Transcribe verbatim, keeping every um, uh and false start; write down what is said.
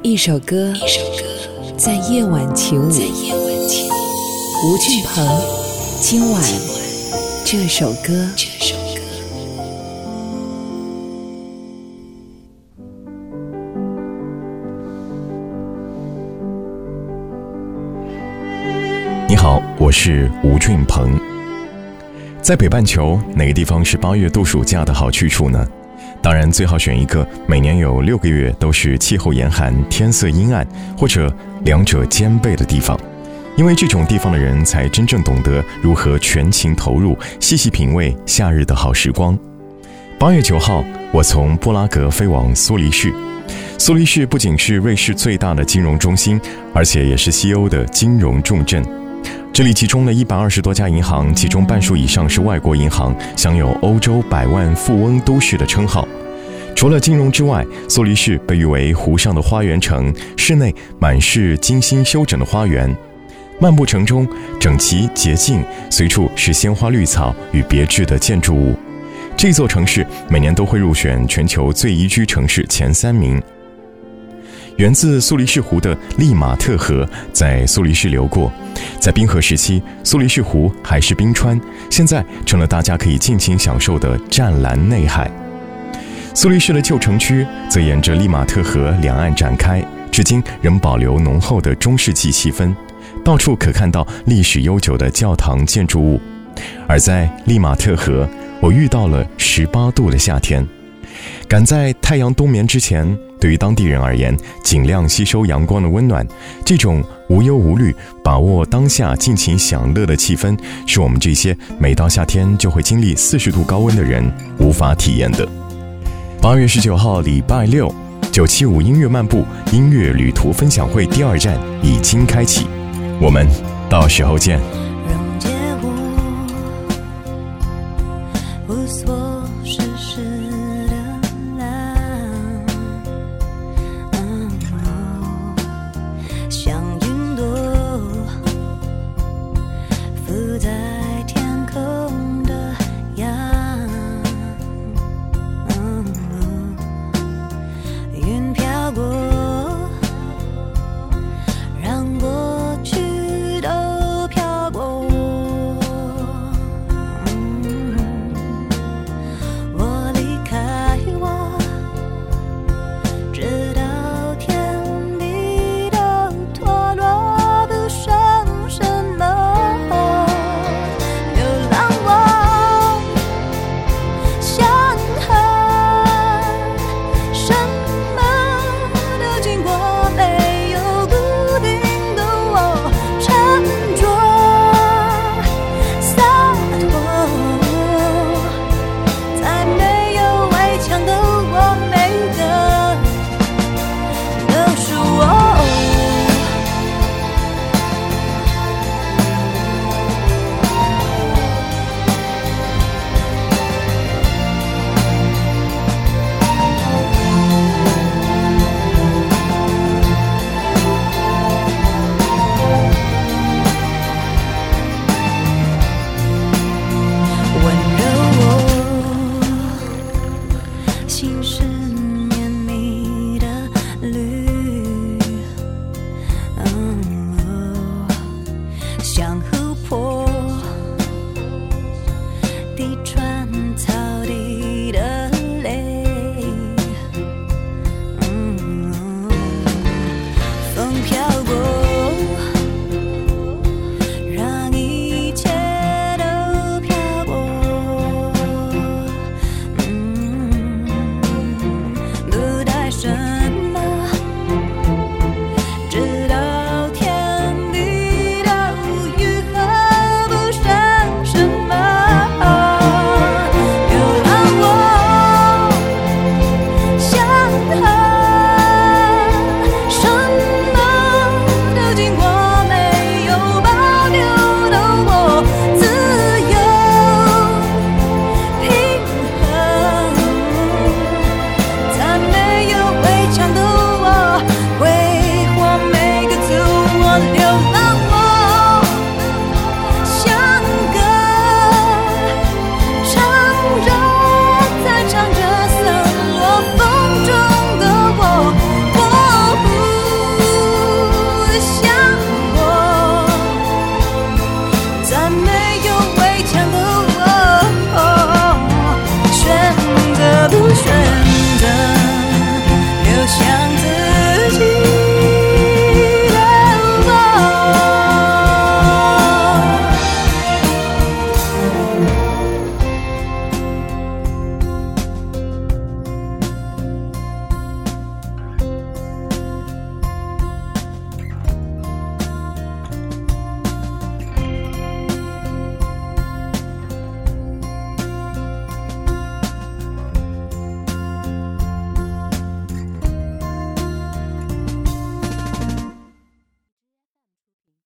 一首歌，在夜晚起舞。吴俊鹏，今晚这首歌。 你好，我是吴俊鹏。在北半球，哪个地方是八月度暑假的好去处呢？当然最好选一个每年有六个月都是气候严寒、天色阴暗，或者两者兼备的地方，因为这种地方的人才真正懂得如何全情投入，细细品味夏日的好时光。八月九号，我从布拉格飞往苏黎世。苏黎世不仅是瑞士最大的金融中心，而且也是西欧的金融重镇。这里集中了一百二十多家银行，其中半数以上是外国银行，享有欧洲百万富翁都市的称号。除了金融之外，苏黎世被誉为湖上的花园城，室内满是精心修整的花园。漫步城中，整齐洁净，随处是鲜花绿草与别致的建筑物。这座城市每年都会入选全球最宜居城市前三名。源自苏黎世湖的利马特河在苏黎世流过，在冰河时期，苏黎世湖还是冰川，现在成了大家可以尽情享受的湛蓝内海。苏黎世的旧城区则沿着利马特河两岸展开，至今仍保留浓厚的中世纪气氛，到处可看到历史悠久的教堂建筑物。而在利马特河，我遇到了十八度的夏天。赶在太阳冬眠之前，对于当地人而言，尽量吸收阳光的温暖，这种无忧无虑、把握当下、尽情享乐的气氛，是我们这些每到夏天就会经历四十度高温的人无法体验的。八月十九号，礼拜六，九七五音乐漫步音乐旅途分享会第二站已经开启，我们到时候见。 溶解我无所